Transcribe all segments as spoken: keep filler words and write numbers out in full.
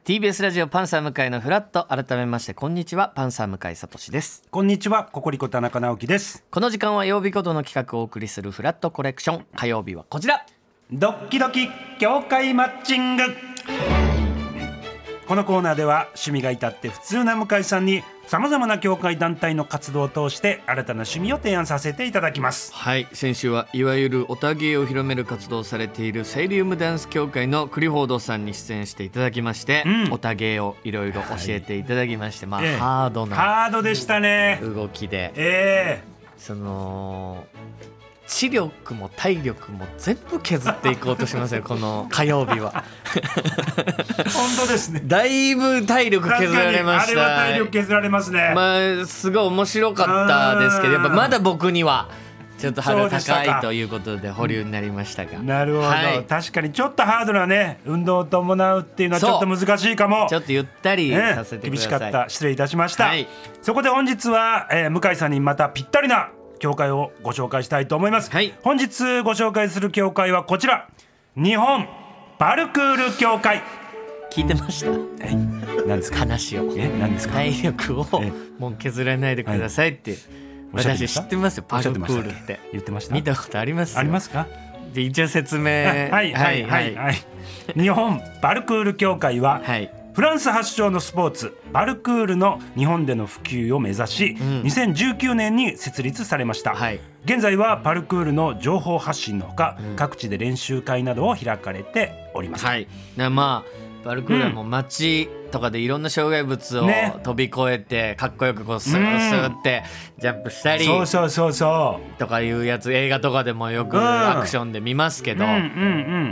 ティービーエス ラジオパンサー向井のフラット、改めましてこんにちは、パンサー向井聡です。 こんにちは、ココリコ田中直樹です。 この時間は曜日ごとの企画をお送りするフラットコレクション。火曜日はこちら、 ドッキドキ協会マッチング。このコーナーでは趣味が至って普通な向井さんにさまざまな協会団体の活動を通して新たな趣味を提案させていただきます。 はい、先週はいわゆるオタ芸を広める活動をされているセイリウムダンス協会のクリフォードさんに出演していただきまして、うん、オタ芸をいろいろ教えていただきまして、はい、まあ、ええ、ハードなハードでしたね、 動きで、 ええ、 その知力も体力も全部削っていこうとしますよこの火曜日は本当ですね、 だいぶ体力削られました。 あれは体力削られますね。 まあすごい面白かったですけど、やっぱまだ僕にはちょっとハードル高いということで保留になりましたが、 なるほど、 はい、 確かにちょっとハードなね運動を伴うっていうのはちょっと難しいかも。 ちょっとゆったりさせてください、ね、 厳しかった、失礼いたしました、はい、そこで本日は、えー、向井さんにまたぴったりな協会をご紹介したいと思います、はい、本日ご紹介する協会はこちら、日本パルクール協会。 聞いてました？ え、何ですか？ 話を。 え、何ですか？ 体力をもう削らないでくださいって、はい、私知ってますよ、パルクールって言ってました。 見たことありますよ。 ありますか？ で一応説明はいはいはい、はいはい、日本パルクール協会は、はい、フランス発祥のスポーツパルクールの日本での普及を目指し、うん、にせんじゅうきゅうねんに設立されました、はい、現在はパルクールの情報発信のほか、うん、各地で練習会などを開かれております、はい、 まあパルクールはもう街とかでいろんな障害物を飛び越えてかっこよくこうスースーってジャンプしたり、 そうそうそうそうとかいうやつ、映画とかでもよくアクションで見ますけど、うんうんうん、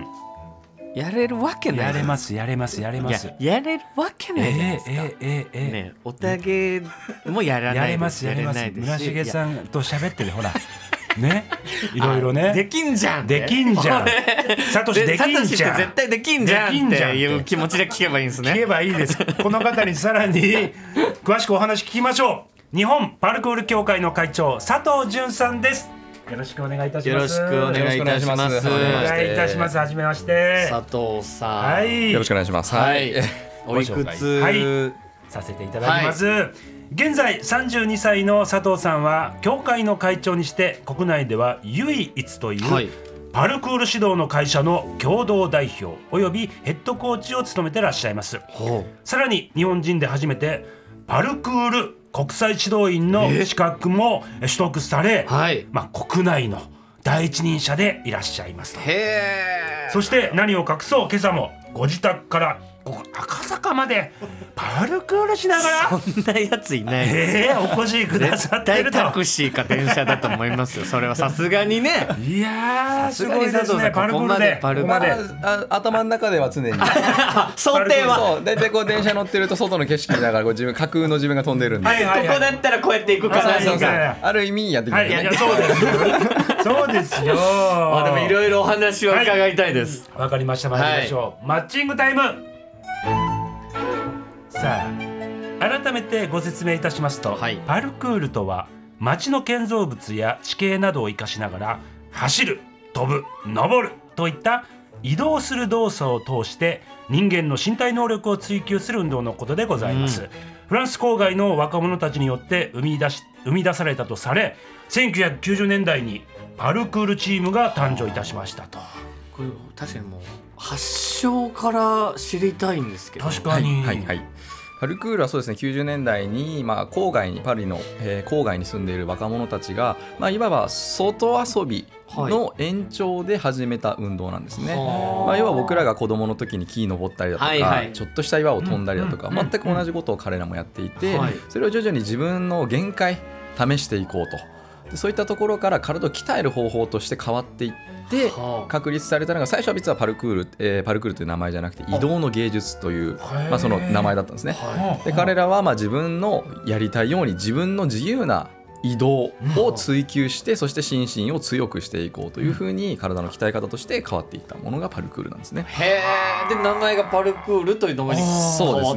やれるわけない。 やれますやれますやれます。 や, やれるわけないじゃないですか、えーえーえーえーね、おたげもやらないです。やれますやれます。 村重さんと喋ってるほらね、いろいろね、 できんじゃんできんじゃんサトシできんじゃん、 絶対できんじゃんっていう気持ちで聞けばいいんですね。 聞けばいいです。この方にさらに詳しくお話聞きましょう。日本パルクール協会の会長、佐藤淳さんです。よろしくお願いいたします。 よろしくお願いいたします。 お願いいたします。はじめまして、 佐藤さん、 はい、よろしくお願いします。はい、 おいくつ、 はい、させていただきます、はい、現在さんじゅうにさいの佐藤さんは協会の会長にして国内では唯一という、はい、パルクール指導の会社の共同代表およびヘッドコーチを務めてらっしゃいます。さらに日本人で初めてパルクール国際指導員の資格も取得され、はい、まあ、国内の第一人者でいらっしゃいますと。へー。そして何を隠そう、今朝もご自宅からここ赤坂までパルクールしながらそんなやついないです、 えー、お越しくださってると。 絶対タクシーか電車だと思いますよそれはさすがにね。 いやー、 すごいですね、 パルクールでパルクールで、まあ、頭の中では常に想定はそう、大体こう電車乗ってると外の景色見ながらこう自分架空の自分が飛んでるんで、 はいはいはい、 ここだったらこうやっていくかな、 そうそうそう、ある意味やってきますね、はい、いやそうですそうですよあ、でもいろいろお話を伺いたいです。 わ、はい、かりました、参りましょう、はい、マッチングタイム。さあ改めてご説明いたしますと、はい、パルクールとは街の建造物や地形などを生かしながら走る、飛ぶ、登るといった移動する動作を通して人間の身体能力を追求する運動のことでございます、うん、フランス郊外の若者たちによって生み出し、生み出されたとされ、せんきゅうひゃくきゅうじゅうねんだいにパルクールチームが誕生いたしましたと。 これ確かにもう発祥から知りたいんですけど。 確かに、 はいはいはい、パルクールはそうですね、きゅうじゅうねんだいに、まあ、郊外にパリの、えー、郊外に住んでいる若者たちが、まあ、いわば外遊びの延長で始めた運動なんですね、はい、まあ、要は僕らが子供の時に木に登ったりだとか、はいはい、ちょっとした岩を飛んだりだとか、うんうん、全く同じことを彼らもやっていて、はい、それを徐々に自分の限界試していこうと。でそういったところから体を鍛える方法として変わっていって確立されたのが、最初は実はパルクール、えー、パルクールという名前じゃなくて移動の芸術という、まあ、その名前だったんですね。で彼らはまあ自分のやりたいように自分の自由な移動を追求して、そして心身を強くしていこうというふうに体の鍛え方として変わっていったものがパルクールなんですね。 へー。で名前がパルクールという名前に。 そうですね、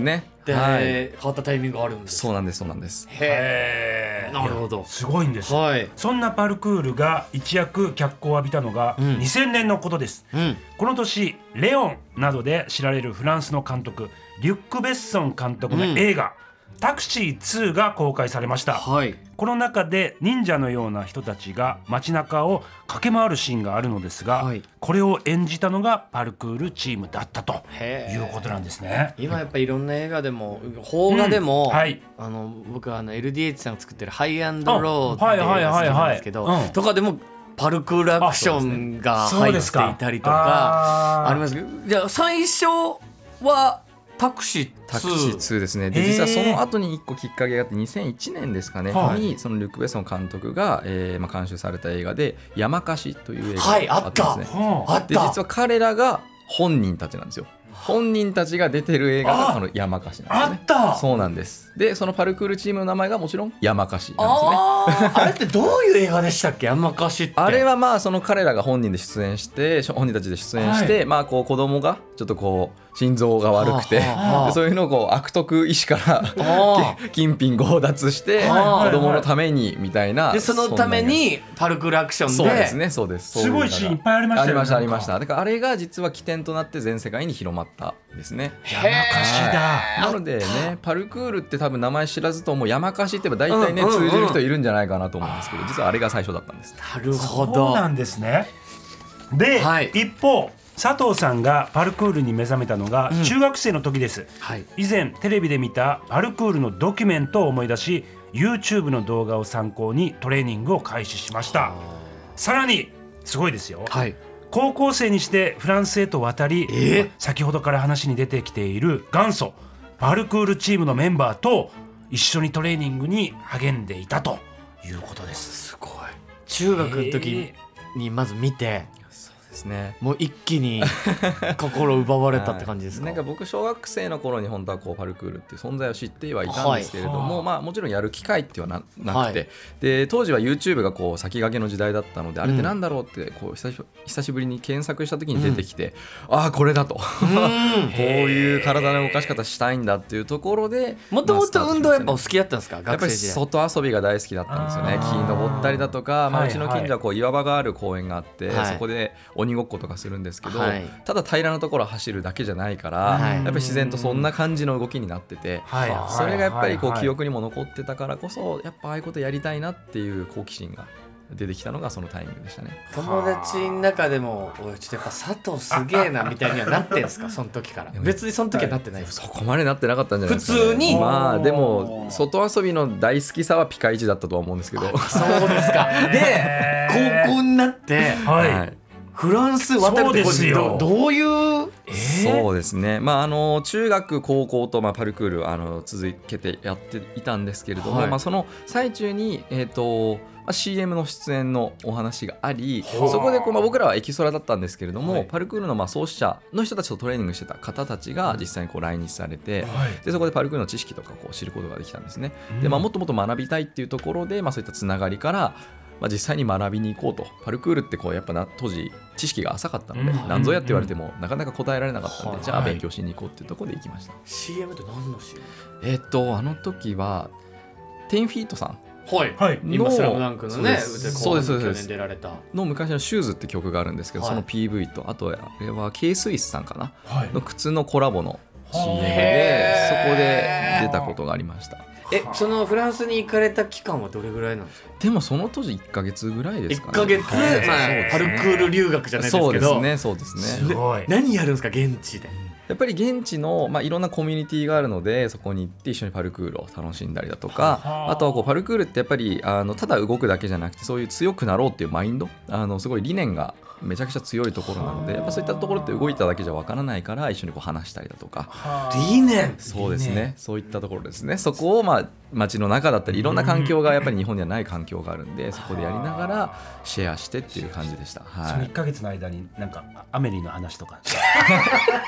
って変わったタイミングがあるんです。 そうなんですそうなんです。 へえ、なるほど、 すごいんです、 はい、 そんなパルクールが一躍脚光を浴びたのがにせんねんのことです、うん、この年レオンなどで知られるフランスの監督リュック・ベッソン監督の映画、うん、タクシーツーが公開されました、はい、この中で忍者のような人たちが街中を駆け回るシーンがあるのですが、はい、これを演じたのがパルクールチームだったということなんですね。 今やっぱりいろんな映画でも邦画でも、うんはい、あの僕はあの エルディーエイチ さんが作ってるハイアンドローっていう映画好きなんですけど、とかでもパルクールアクションが入っていたりとかありますけど、じゃあ最初はタクシータクシーツーですね。で実はその後にいっこきっかけがあってにせんいちねんですかね、はい、にそのルック・ベッソン監督が、えーまあ、監修された映画で山歌詞という映画があったんですね、はい、あった。で実は彼らが本人たちなんですよ。本人たちが出てる映画がこの山歌詞なんですね。 あった。 そうなんです。でそのパルクールチームの名前がもちろん山歌詞なんですね。 あ, あれってどういう映画でしたっけ、山歌詞って。 あれはまあその彼らが本人で出演して本人たちで出演して、はい、まあこう子供がちょっとこう心臓が悪くて、でそういうのをこう悪徳医師から金品強奪して子供のためにみたいな、 でそのためにパルクールアクションで。 そうですね、そうです。 すごいシーンいっぱいありましたよね。 ありましたありました。だからあれが実は起点となって全世界に広まったんですね。 山歌詞だ。 なのでね、パルクールって多分名前知らずとも山歌詞って言えば大体ね、うんうんうん、通じる人いるんじゃないかなと思うんですけど、実はあれが最初だったんです。 なるほど。 そうなんですね。で、はい、一方佐藤さんがパルクールに目覚めたのが中学生の時です、うんはい、以前テレビで見たパルクールのドキュメントを思い出し YouTube の動画を参考にトレーニングを開始しました。さらにすごいですよ、はい、高校生にしてフランスへと渡り、えー、先ほどから話に出てきている元祖パルクールチームのメンバーと一緒にトレーニングに励んでいたということです。 すごい。中学の時にまず見て、えーですね、 もう一気に心奪われたって感じですか。 なんか僕小学生の頃に本当はこうパルクールっていう存在を知ってはいたんですけれども、はい、まあ、もちろんやる機会っていうのは な, なくて、はい、で当時は YouTube がこう先駆けの時代だったので、あれってなんだろうってこう 久, し久しぶりに検索した時に出てきて、うん、ああこれだとこういう体の動かし方したいんだっていうところで、 もともと運動やっぱお好きだったんですか。 やっぱり外遊びが大好きだったんですよね。木登ったりだとか、まあ、うちの近所はこう岩場がある公園があって、はい、そこで鬼ごっことかするんですけど、はい、ただ平らなところを走るだけじゃないから、はい、やっぱり自然とそんな感じの動きになってて、はい、それがやっぱりこう記憶にも残ってたからこそ、やっぱああいうことやりたいなっていう好奇心が出てきたのがそのタイミングでしたね。 友達の中でもおいちょっとやっぱ佐藤すげえなみたいにはなってんすかその時から。別にその時はなってないです、 はい、そこまでなってなかったんじゃないですか、ね、 普通に。 まあでも外遊びの大好きさはピカイチだったとは思うんですけど。 そうですか。で高校になって、はいはい、フランス渡るってこれ ど, どういう、 えー、そうですね、まあ、あの中学高校と、まあ、パルクールあの続けてやっていたんですけれども、はい、まあ、その最中に、えーとまあ、シーエム の出演のお話があり、そこでこう、まあ、僕らはエキストラだったんですけれども、はい、パルクールのまあ創始者の人たちとトレーニングしてた方たちが実際にこう来日されて、はい、でそこでパルクールの知識とかこう知ることができたんですね、うん、でまあ、もっともっと学びたいっていうところで、まあ、そういったつながりからまあ、実際に学びに行こうと。パルクールってこうやっぱな当時知識が浅かったので、うん、何ぞやって言われてもなかなか答えられなかったので、うん、じゃあ勉強しに行こうっていうところで行きました。 シーエム って何の シーエム？ えっとあの時はテンフィートさん、 はいはい、今スラムダンクのね、 そうですそうです、 出られたの昔のシューズって曲があるんですけど、はい、その ピーブイ とあとあれは K スイスさんかな、はい、の靴のコラボの シーエム でそこで出たことがありました。 え、そのフランスに行かれた期間はどれぐらいなんですか？ でもその当時いっかげつぐらいですかね。 いっかげつ、はい、まあね、パルクール留学じゃないですけど、 そうですね、そうですね。 すごい。何やるんですか現地で？ やっぱり現地の、まあ、いろんなコミュニティがあるので、そこに行って一緒にパルクールを楽しんだりだとか、あとはこうパルクールってやっぱりあのただ動くだけじゃなくて、そういう強くなろうっていうマインド、あのすごい理念がめちゃくちゃ強いところなので、やっぱそういったところって動いただけじゃわからないから一緒にこう話したりだとか。 理念。 そうですね、そういったところですね。そこをまあ街の中だったりいろんな環境がやっぱり日本にはない環境があるんで、そこでやりながらシェアしてっていう感じでした。はい、 そのいっかげつの間になんかアメリの話とか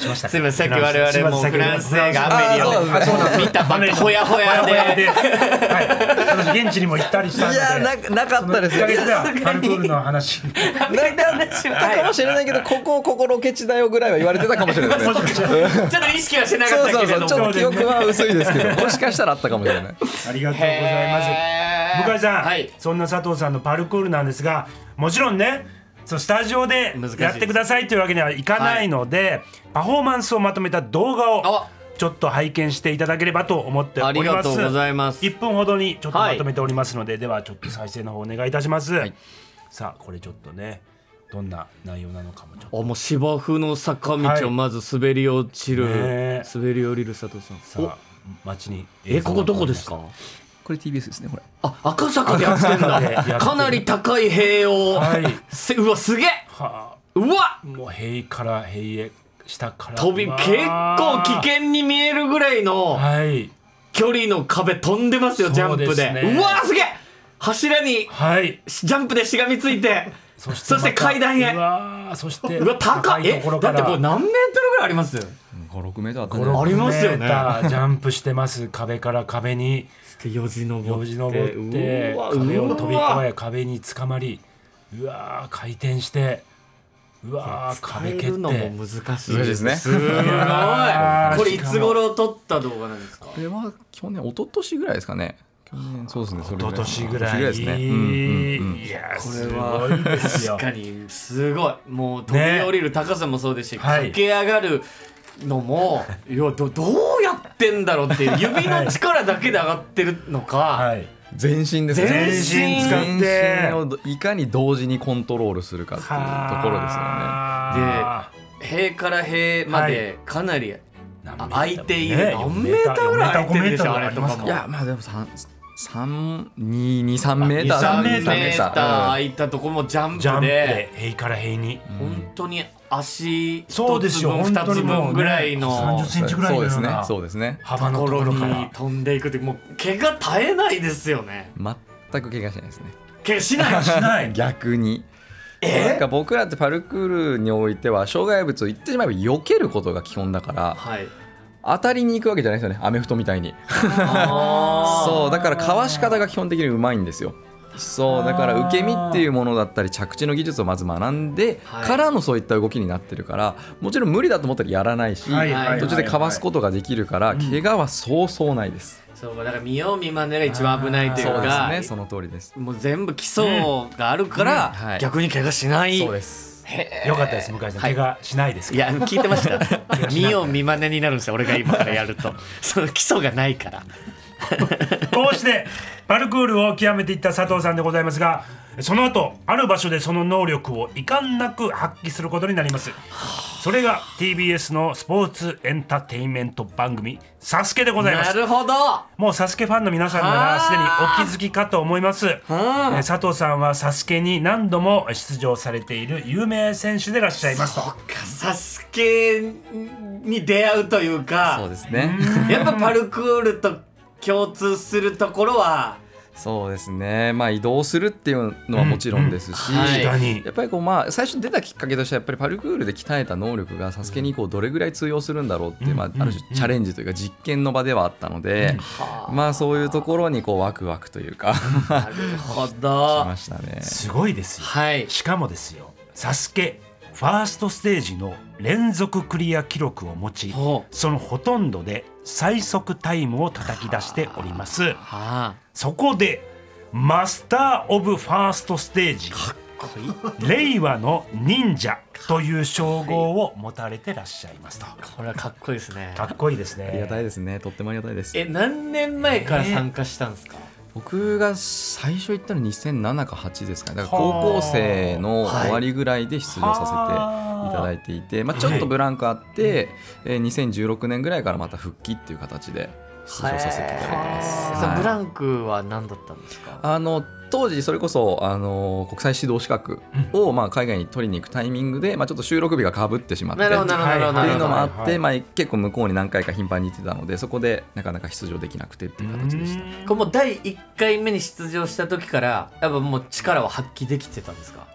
しました。 すみません、さっき我々もフランス映画アメリを見たばっかほやほやで、 はい、現地にも行ったりしたんで。 いや な, なかったです。 いっかげつではパルクールの話なんかかもしれないけど、ここここロケ地だよぐらいは言われてたかもしれないですね。 ちょっと意識はしてなかったけれども、 そうそうそう、ちょっと記憶は薄いですけど、もしかしたらあったかもしれない。 ありがとうございます。向井さん、はい、そんな佐藤さんのパルクールなんですが、もちろんね、そうスタジオでやってくださいというわけにはいかないので、はい、パフォーマンスをまとめた動画をちょっと拝見していただければと思っております。 ありがとうございます。 いっぷんほどにちょっとまとめておりますので、はい、ではちょっと再生の方お願いいたします、はい、さあこれちょっとね、どんな内容なのかもちょっと。 あ、もう芝生の坂道をまず滑り落ちる、はいね、滑り降りる佐藤さん。 さあ街にえここどこですか？ これ ティービーエス ですね。これあ、赤坂でやってんだ。かなり高い塀を、はい、うわすげえ、はあ、うわもう塀から塀へ下から飛び、結構危険に見えるぐらいの距離の壁飛んでますよ、ジャンプで。 う, ね、うわすげえ、柱に、はい、ジャンプでしがみついて、そして、そして階段へ。 うわそしてうわ高い、えだってこれ何メートルぐらいあります？ ご、ろくメートルあったね。ありますよね。 ジャンプしてます。壁から壁によじ登ってよじ登って壁を飛び越え、壁につかまり、うわ回転して、うわ壁蹴って、伝えるのも難しいですね。すごい。これいつ頃撮った動画なんですか？ これは去年、一昨年ぐらいですかね。去年、そうですね。 一昨年ぐらいですね。うんうんうん、いやこれは確かにすごい。もう飛び降りる高さもそうですし、ね、駆け上がるのも、いや ど, どうやってんだろうっていう、指の力だけで上がってるのか、はい、 全身ですね。 全身使って全身をいかに同時にコントロールするかっていうところですよね。で、塀から塀までかなり空いている、ね、何メーターぐらい空いてるでしょ、あれとかも。 いやまあでも三、二、二、三メーター、 さんメーター空いたところもジャンプで、 塀から塀に、 本当に足一つ分二つ分ぐらいのさんじゅっセンチぐらいのようなそうですね、 幅のところに飛んでいくって、もう怪我絶えないですよね。 全く怪我しないですね。 怪我しないしない逆に。えなんか僕らってパルクールにおいては障害物を言ってしまえば避けることが基本だから、はい、当たりに行くわけじゃないですよね、アメフトみたいに。そうだからかわし方が基本的にうまいんですよ。そうだから受け身っていうものだったり着地の技術をまず学んでからのそういった動きになってるから、もちろん無理だと思ったらやらないし、途中でかわすことができるから怪我はそうそうないです。 そうだから見よう見まねが一番危ないというか、 そうですね、その通りです。 もう全部基礎があるから逆に怪我しない。 そうです。 よかったです、向井さん、怪我しないですか？ いや聞いてました見よう見まねになるんですよ、俺が今からやると。その基礎がないからこうしてパルクールを極めていった佐藤さんでございますが、その後ある場所でその能力を遺憾なく発揮することになります。それが ティービーエス のスポーツエンターテインメント番組サスケでございます。 なるほど。 もうサスケファンの皆さんならすでにお気づきかと思います。佐藤さんはサスケに何度も出場されている有名選手でいらっしゃいますと。 そうか、サスケに出会うというか、 そうですねやっぱパルクールと共通するところは、 そうですね、まあ、移動するっていうのはもちろんですし、うんうんはい、やっぱりこう、まあ、最初出たきっかけとしてはやっぱりパルクールで鍛えた能力がサスケにこうどれぐらい通用するんだろうっていう、まあ、ある種チャレンジというか実験の場ではあったので、うん、まあそういうところにこうワクワクというかなるほどしましたね。 すごいですよ、 はい、 しかもですよ、サスケファーストステージの連続クリア記録を持ち、そのほとんどで最速タイムを叩き出しております。そこでマスターオブファーストステージ、かっこいい令和の忍者という称号を持たれてらっしゃいますと。 これはかっこいいですね。 かっこいいですね。 ありがたいですね。とってもありがたいです。 え、何年前から参加したんですか？えー僕が最初行ったのにせんななかはちですかね。だから高校生の終わりぐらいで出場させていただいていて、まあ、ちょっとブランクあって、はい、にせんじゅうろくねんぐらいからまた復帰っていう形で出場させていただいてます。 そのブランクは何だったんですか？ あの当時それこそあの国際指導資格をまあ海外に取りに行くタイミングで、まあ、ちょっと収録日がかぶってしまってっていうのもあって、まあ、結構向こうに何回か頻繁に行ってたので、そこでなかなか出場できなくてっていう形でした。 これもうだいいっかいめに出場した時からやっぱもう力を発揮できてたんですか？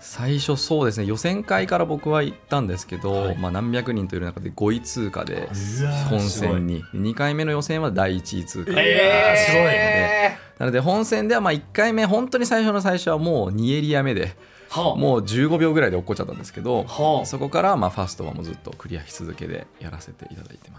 最初そうですね、予選会から僕は行ったんですけど、はい、まあ、何百人といる中でごい通過で本戦に、にかいめの予選はだいいちい通過、 えー、すごいね。 なので本戦ではまあいっかいめ本当に最初の最初はもうにエリア目でもうじゅうごびょうぐらいで落っこっちゃったんですけど、はあ、そこからまあファーストはもうずっとクリアし続けでやらせていただいてます。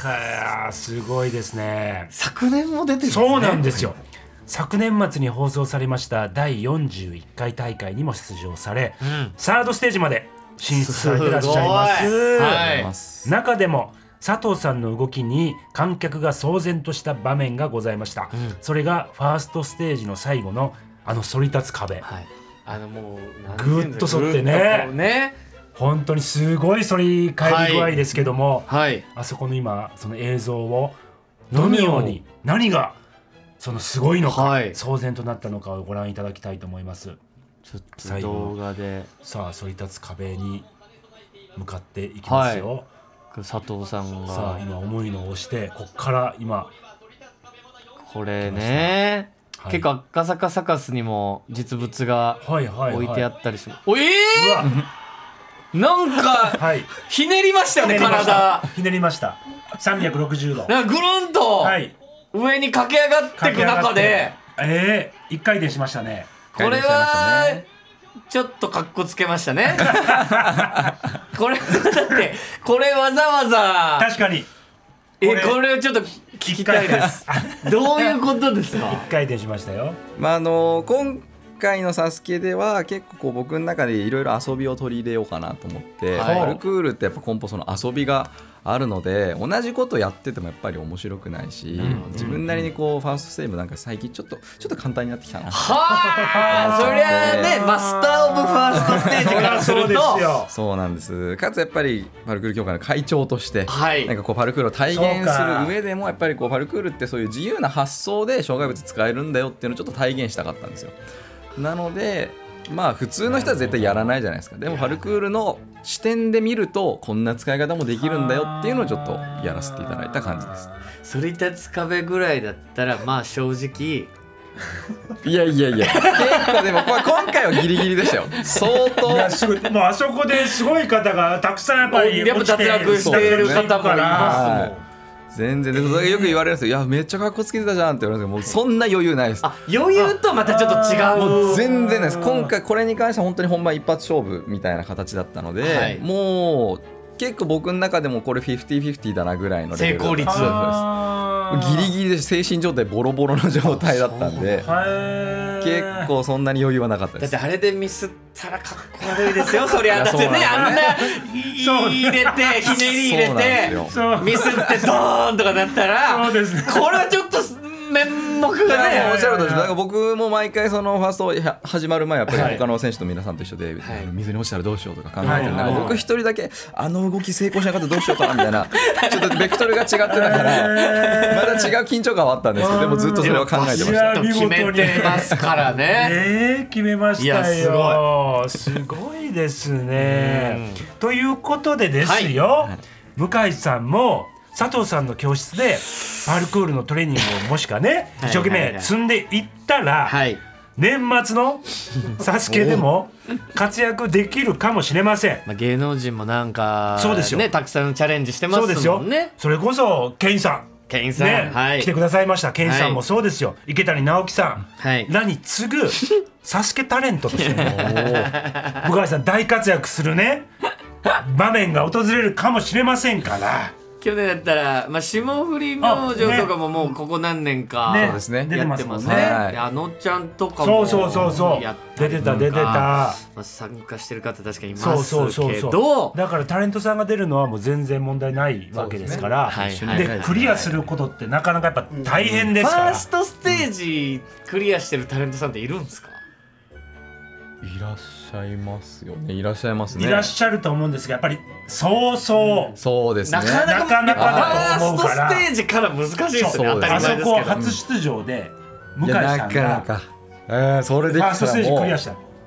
はあ、すごいですね。 昨年も出てるんですね。 そうなんですよ。昨年末に放送されましただいよんじゅういっかい大会にも出場され、うん、サードステージまで進出されていらっしゃいます。はい、中でも佐藤さんの動きに観客が騒然とした場面がございました、うん、それがファーストステージの最後のあの反り立つ壁、はい、 あのもうぐっと反ってね、ね、本当にすごい反り返り具合ですけども、はいはい、あそこの今その映像をどのように何がそのすごいのか、はい、騒然となったのかをご覧いただきたいと思います。 ちょっと動画でさあ反り立つ壁に向かっていきますよ、はい、 佐藤さんがさあ今重いのを押してこっから今これね、はい、結構赤坂サカスにも実物が置いてあったりします、はいはいはい、おえー、なんか、はい、ひねりましたよね、体ひねりましたさんびゃくろくじゅうどなんかぐるんと、はい、上に駆け上がっていく中でええー、一回転しましたね。 これはちょっとカッコつけましたねこれだってこれわざわざ確かにえこれをちょっと聞きたいですどういうことですか。 一回転しましたよ。 まああの今回のサスケでは結構こう僕の中でいろいろ遊びを取り入れようかなと思って、はい、パルクールってやっぱ根本その遊びがあるので同じことやっててもやっぱり面白くないし、うん、自分なりにこうファーストステージもなんか最近ちょっとちょっと簡単になってきたな。 はあそりゃねマスターオブファーストステージからするとそうなんです。かつやっぱりパルクール協会の会長として、はい、なんかこうパルクールを体現する上でもやっぱりこうパルクールってそういう自由な発想で障害物使えるんだよっていうのをちょっと体現したかったんですよ。なのでまあ普通の人は絶対やらないじゃないですか。でもパルクールの視点で見るとこんな使い方もできるんだよっていうのをちょっとやらせていただいた感じです。 反り立つ壁ぐらいだったらまあ正直いやいやいや結構でもこれ今回はギリギリでしたよ。相当いやすごいもうあそこですごい方がたくさんやっぱりやっぱ脱落してる方もいますもん。 全然でそれよく言われるんですよ。いやめっちゃ格好つけてたじゃんって言われるんですけどもうそんな余裕ないです。 あ余裕とまたちょっと違う。 もう全然ないです。今回これに関しては本当に本番一発勝負みたいな形だったので、はい、もう結構僕の中でもこれフィフティーフィフティーだなぐらいのレベル成功率ギリギリで精神状態ボロボロの状態だったんで結構そんなに余裕はなかったです。 だってあれでミスったらかっこ悪いですよそりゃ。だってねあんな入れてひねり入れてミスってドーンとかだったらそうです、ね、これはちょっと面目がねおっしゃるとおりです。だから僕も毎回そのファースト始まる前やっぱり他の選手と皆さんと一緒で、はい、水に落ちたらどうしようとか考えてる中、はい、僕一人だけあの動き成功しなかったらどうしようかなみたいなちょっとベクトルが違ってたからまた違う緊張感はあったんですけどでもずっとそれは考えてました。 決めてますからねえー、決めましたよ。すごいすごいですねということでですよ、はい、向井さんも佐藤さんの教室でパルクールのトレーニングをもしかね一生懸命積んでいったら、はい、年末のサスケでも活躍できるかもしれません。 まあ芸能人もなんかそうですよ、ね、たくさんチャレンジしてますもんね。そうですよ。 それこそケインさんケインさん、ねはい、 来てくださいました。ケインさんもそうですよ、はい、池谷直樹さん、はい、らに次ぐサスケタレントとしても向井さん大活躍するね場面が訪れるかもしれませんから去年だったら、まあ、霜降り明星とかももうここ何年かやってますね。あのちゃんとかもそうそうそうそう出てた出てた、まあ、参加してる方確かにいますけどそうそうそうそうだからタレントさんが出るのはもう全然問題ないわけですから、で、ねはいはい、クリアすることってなかなかやっぱ大変ですから、 ファーストステージクリアしてるタレントさんっているんですか？ いらっしゃいますよね。いらっしゃいますね。 いらっしゃると思うんですがやっぱりそうそう、 うん、そうですね。 なかなかなかだと思うからファーストステージから難しいですね。当たり前ですけどあそこ初出場で向井さんがなかなか、えー、それでファーストステージクリアした。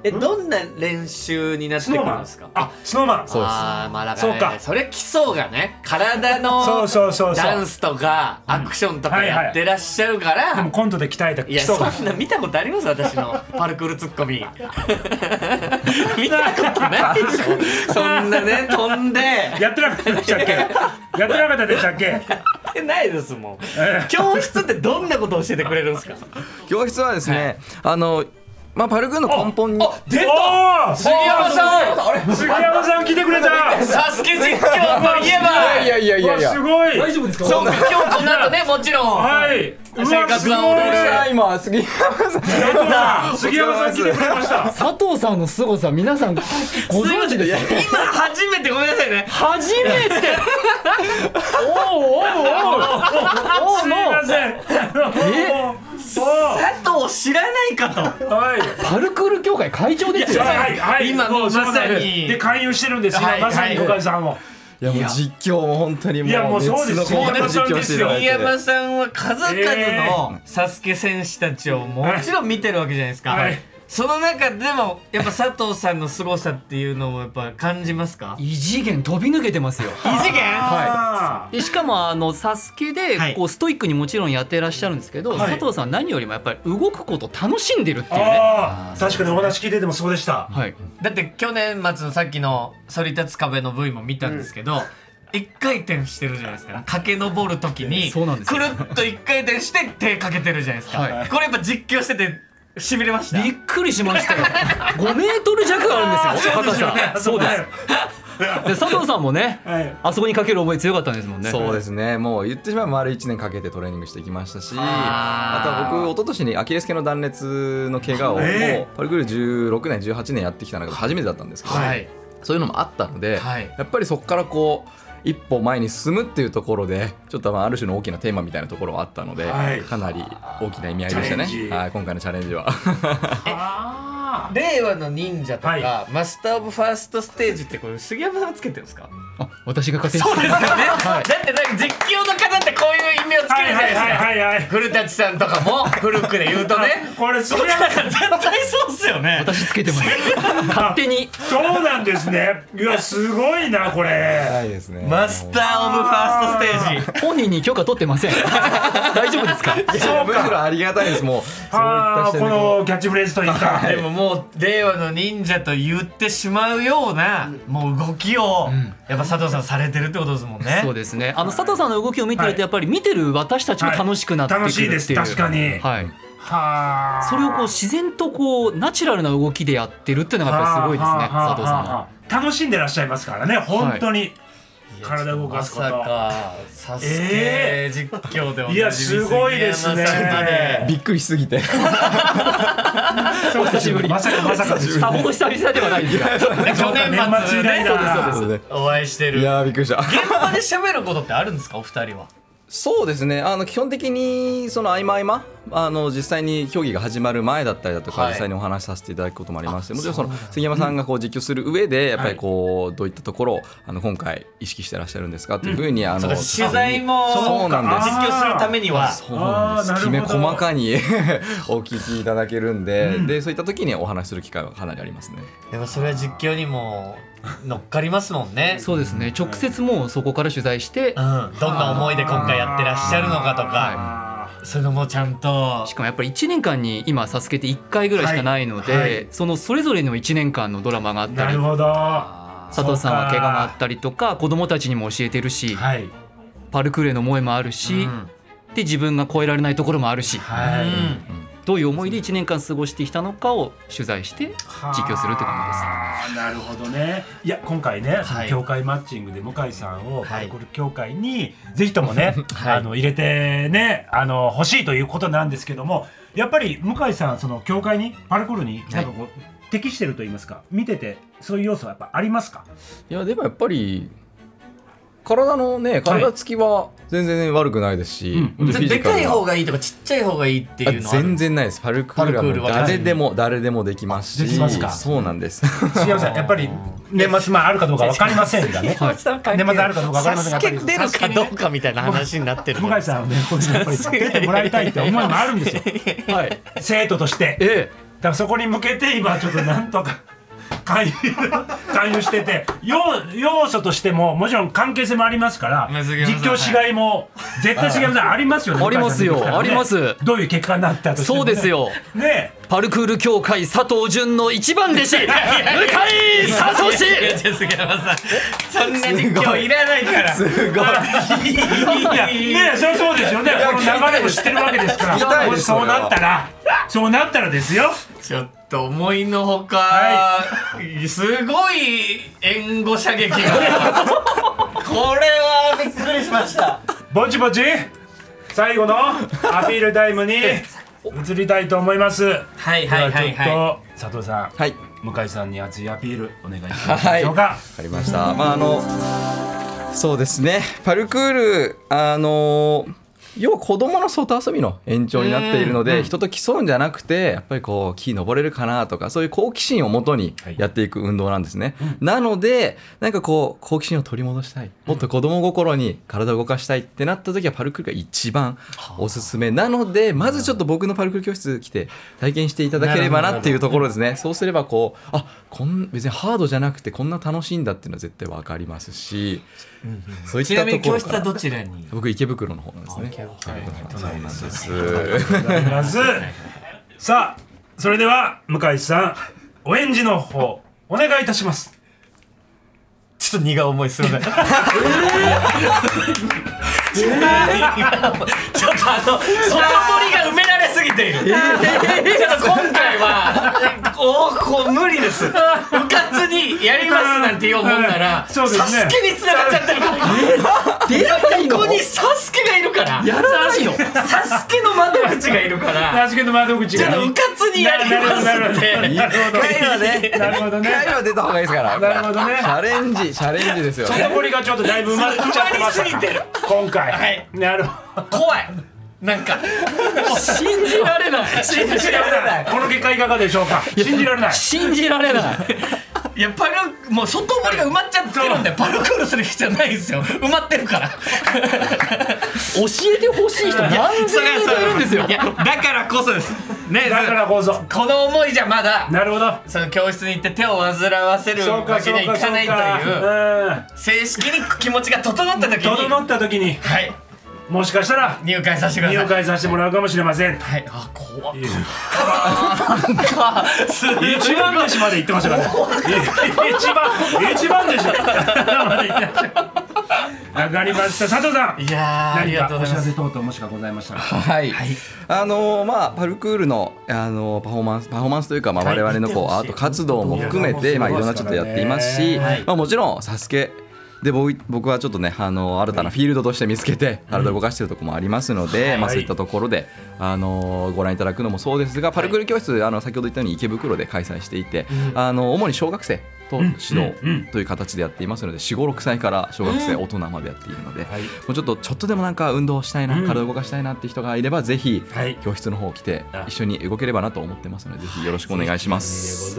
えどんな練習になってくるんですか？ あ、スノーマン。 そうです。 あーまあだからね、そうか、それ基礎がね体のそうそうそうそうダンスとかアクションとかやってらっしゃるから、 でもコントで鍛えた基いや礎が。 そんな見たことあります？私のパルクールツッコミ見たことないでしょ。そんなね飛んでやってなかったでしたっけ？やってなかったでしたっけ？ やってないですもん。教室ってどんなことを教えてくれるんですか？ 教室はですね、はい、あのまあパルクールの根本にあ出た杉山さん、 杉山さん来てくれた。 サスケ実況といえばいやいやいやいやすごい。 大丈夫ですか？ そう今日この後ねもちろんはい生活が踊る今杉山さん杉山さん来てくれました。 佐藤さんの凄さ皆さんご存知ですよ。 今初めてごめんなさいね初めておおおおおおおすいません。 え佐藤知らないかと。 はいパルクール協会会長ですよ。 はいはい今もうまさにで勧誘してるんです今はいまさに向井さんを。 いやもう実況も本当にもういやもうそうです熱のこもった実況していただい杉て山さんは数々のサスケ選手たちをもちろん見てるわけじゃないですか、 はい、 その中でもやっぱ佐藤さんの凄さっていうのもやっぱ感じますか？ 異次元飛び抜けてますよ。 異次元？ はい。でしかもあのサスケではいこうストイックにもちろんやってらっしゃるんですけど、 はい佐藤さんは何よりもやっぱり動くことを楽しんでるっていうね。 ああ確かにお話聞いててもそうでした。 はい。 だって去年末のさっきの反り立つ壁の ブイ も見たんですけど、一回転してるじゃないですか。駆け上るときにそうなんですよくるっと一回転して手かけてるじゃないですか、 はいこれやっぱ実況しててしびれました。 びっくりしましたよ。ごメートル弱あるんですよ。 そうですよね。 そうです。で佐藤さんもね、 はいあそこにかける思い強かったんですもんね。 そうですね、もう言ってしまえば丸いちねんかけてトレーニングしてきましたし、 あーあとは僕一昨年にアキレス腱の断裂の怪我をもうえパルクールじゅうろくねんじゅうはちねんやってきたのが初めてだったんですけど、 はいそういうのもあったので、 はいやっぱりそこからこう一歩前に進むっていうところでちょっとまあある種の大きなテーマみたいなところはあったので、 はいかなり大きな意味合いでしたねチャレンジ。 はい、今回のチャレンジはあ令和の忍者とか、 はマスターオブファーストステージってこれ杉山さんがつけてるんですか？ あ、私がかけてそうですよね、 はいだってなんか実況の方ってこういう意味をつけるじゃないですか、 はいはいはいはいはい古舘さんとかも古くで言うとねこれ杉山だから絶対そうっすよね。 私つけてます。勝手に。 そうなんですね。いやすごいなこれ。 ないですね。 マスターオブファーストステージ本人に許可取ってません。大丈夫ですか？ そうむしろありがたいです。もうはあこそういった視点でのキャッチフレーズというか。 でももう令和の忍者と言ってしまうようなもう動きをやっぱ佐藤さんされてるってことですもんね。 そうですね。あの佐藤さんの動きを見てるとやっぱり見てる私たちも楽しくなってくるっていう。 楽しいです確かに。 はい。 はあ。 それをこう自然とこうナチュラルな動きでやってるっていうのがやっぱりすごいですね、 はあ佐藤さんは。 はあ楽しんでらっしゃいますからね本当に。体を動かすこと。 まさかサスケ実況でおなじみいやすごいですね杉山さんでびっくりしすぎてお久しぶり。まさかまさかです。 さほど久々ではないですが。 去年末年末以来ねだそうですね。 お会いしてるいやーびっくりした。 現場で喋ることってあるんですかお二人は？ そうですね、あの基本的にその合間合間あの実際に競技が始まる前だったりだとか、 はい実際にお話しさせていただくこともありまして、もちろんそのそうなんだ杉山さんがこう実況する上でやっぱりこうどういったところをあの今回意識してらっしゃるんですかというふうにあのそうか取材もそうなんです実況するためにはそうなんです。 あーなるほどきめ細かにお聞きいただけるんで、でそういった時にお話しする機会はかなりありますね。 でもそれは実況にも乗っかりますもんね。 そうですね。直接もうそこから取材してう、ん、どんな思いで今回やってらっしゃるのかとか、 あそういうのもちゃんとしかもやっぱりいちねんかんに今サスケっていっかいぐらいしかないので、 はいはいそのそれぞれのいちねんかんのドラマがあったり、 ーなるほど。 佐藤さんは怪我があったりとか子供たちにも教えてるし、 はいパルクールへの思いもあるし、 うんで自分が超えられないところもあるし、 はい。 うんどういう思いでいちねんかん過ごしてきたのかを取材して実況するって感じです。 あーなるほどね。いや今回ね、そのはい協会マッチングで向井さんをはいパルクール協会にぜひともね、 はいあの入れてね、あの欲しいということなんですけども、やっぱり向井さんその協会にパルクールになんかこう、適してると言いますか、見ててそういう要素はやっぱありますか？ いやでもやっぱり体のね体つきは全然悪くないですし、 うん本当にフィジカルなでかい方がいいとかちっちゃい方がいいっていうのはある全然ないです。パルクールはもうパルクールは誰でも誰でもできますし、 できますかそうなんです。 杉山さんやっぱり年末まああるかどうかわかりませんがね。 はい年末あるかどうかわかりませんが、 サスケ出るかどうかみたいな話になってる向井さんはね、これやっぱり出てもらいたいって思いもあるんですよ。 はい。 生徒として。 ええ、 からそこに向けて今ちょっとなんとか勧誘勧誘してて、要, 要素としてももちろん関係性もありますから、実況しがいも絶対違いありますよね。 ありますよ、ね、あります。 どういう結果になったとしても、ね、 そうですよ、 ね、 パルクール協会佐藤潤の一番弟子向井聡。 そんな実況いらないから。すごい。 いやね、そりゃそうですよね。この流れも知ってるわけですから。もしそうなったらそうなったらですよ。 ちょっと思いのほか、はい、すごい援護射撃がこれはびっくりしました。 ぼちぼち最後のアピールタイムに移りたいと思います。 はいはいはいはい。 ちょっと佐藤さん、 はい、 向井さんに熱いアピールお願いしますでしょうか。 わかりました。まああのそうですね、パルクールあの要は子供の外遊びの延長になっているので、人と競うんじゃなくてやっぱりこう木登れるかなとか、そういう好奇心をもとにやっていく運動なんですね、はい、なのでなんかこう好奇心を取り戻したい、もっと子供心に体を動かしたいってなった時はパルクールが一番おすすめなので、まずちょっと僕のパルクール教室来て体験していただければなっていうところですね。そうすればこうあこん別にハードじゃなくてこんな楽しいんだっていうのは絶対分かりますし、うんうん、そういったところから。ちなみに教室はどちらに？ 僕池袋の方なんですね。はい、そうなんです。 ありがとうございます。さあ、それでは向井さん、お返事の方お願いいたします。 ちょっと荷が重い、すみません。ちょっとあの外堀が埋められすぎている。ちょっと今回はおこう無理です。部活にやりますなんて言おうもんなら、サスケに繋がっちゃってるから。ここにサスケがいるから。やらないよ。サスケの窓口がいるから。 サスケの窓口が。 ちょっと部活にやりますって。 なるほどね。 なるほどね。 会話出た方がいいですから。 なるほどね。 チャレンジチャレンジですよね。 外堀がちょっとだいぶ埋まっちゃってます。今回。 はい。 なるほど。 怖い。なんか信じられない。 信じられない。この結果いかがでしょうか。信じられない。 信じられない。 いやパルもう外堀が埋まっちゃってるんでパルクールする必要ないですよ。埋まってるから。教えてほしい人何千人もいるんですよ。 いやだからこそです。ね、 だからこそこの思いじゃまだ。 なるほど。 その教室に行って手を煩わせるわけにはいかないという正式に気持ちが整った時に整った時に。はい。もしかしたら入会させてください。 入会させてもらうかもしれません。 はい。あ、怖っ。 なんか一番弟子まで行ってましたからね。一番一番弟子まで行ってました。わかりました。佐藤さん。 いやー、ありがとうございます。 お知らせ等々もしかございましたら。 はい。はい、あのー、まあパルクールのあのー、パフォーマンスパフォーマンスというか、まあ我々のこうアート活動も含めてまあいろんなちょっとやっていますし、はい、まあもちろんサスケで僕はちょっとねあの新たなフィールドとして見つけて体を動かしているところもありますので、はい、まあ、そういったところであのご覧いただくのもそうですが、パルクール教室あの先ほど言ったように池袋で開催していて、あの主に小学生と指導という形でやっていますので、よん、ご、ろくさいから小学生、大人までやっているので、もうちょっとちょっとでもなんか運動したいな、体を動かしたいなって人がいればぜひ教室の方来て一緒に動ければなと思ってますので、ぜひよろしくお願いします。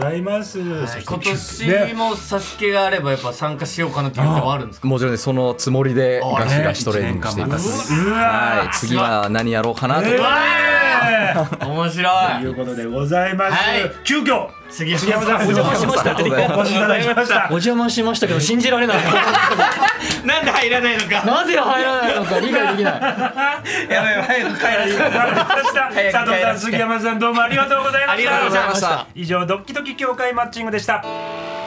ございます。 今年もサスケがあればやっぱ参加しようかなっていうのはあるんですか？ もちろんそのつもりでガシガシトレーニングしています。はい、次は何やろうかなと。 面白い。 ということでございます。急遽杉山さんお邪魔しました。 お越しいただきました。 お邪魔しましたけど信じられない。 なんで入らないのか。 なぜ入らないのか理解できない。 やばいやばい早く帰らせて。 佐藤さん、杉山さんどうもありがとうございました。 ありがとうございました。 以上ドッキドキ協会マッチングでした。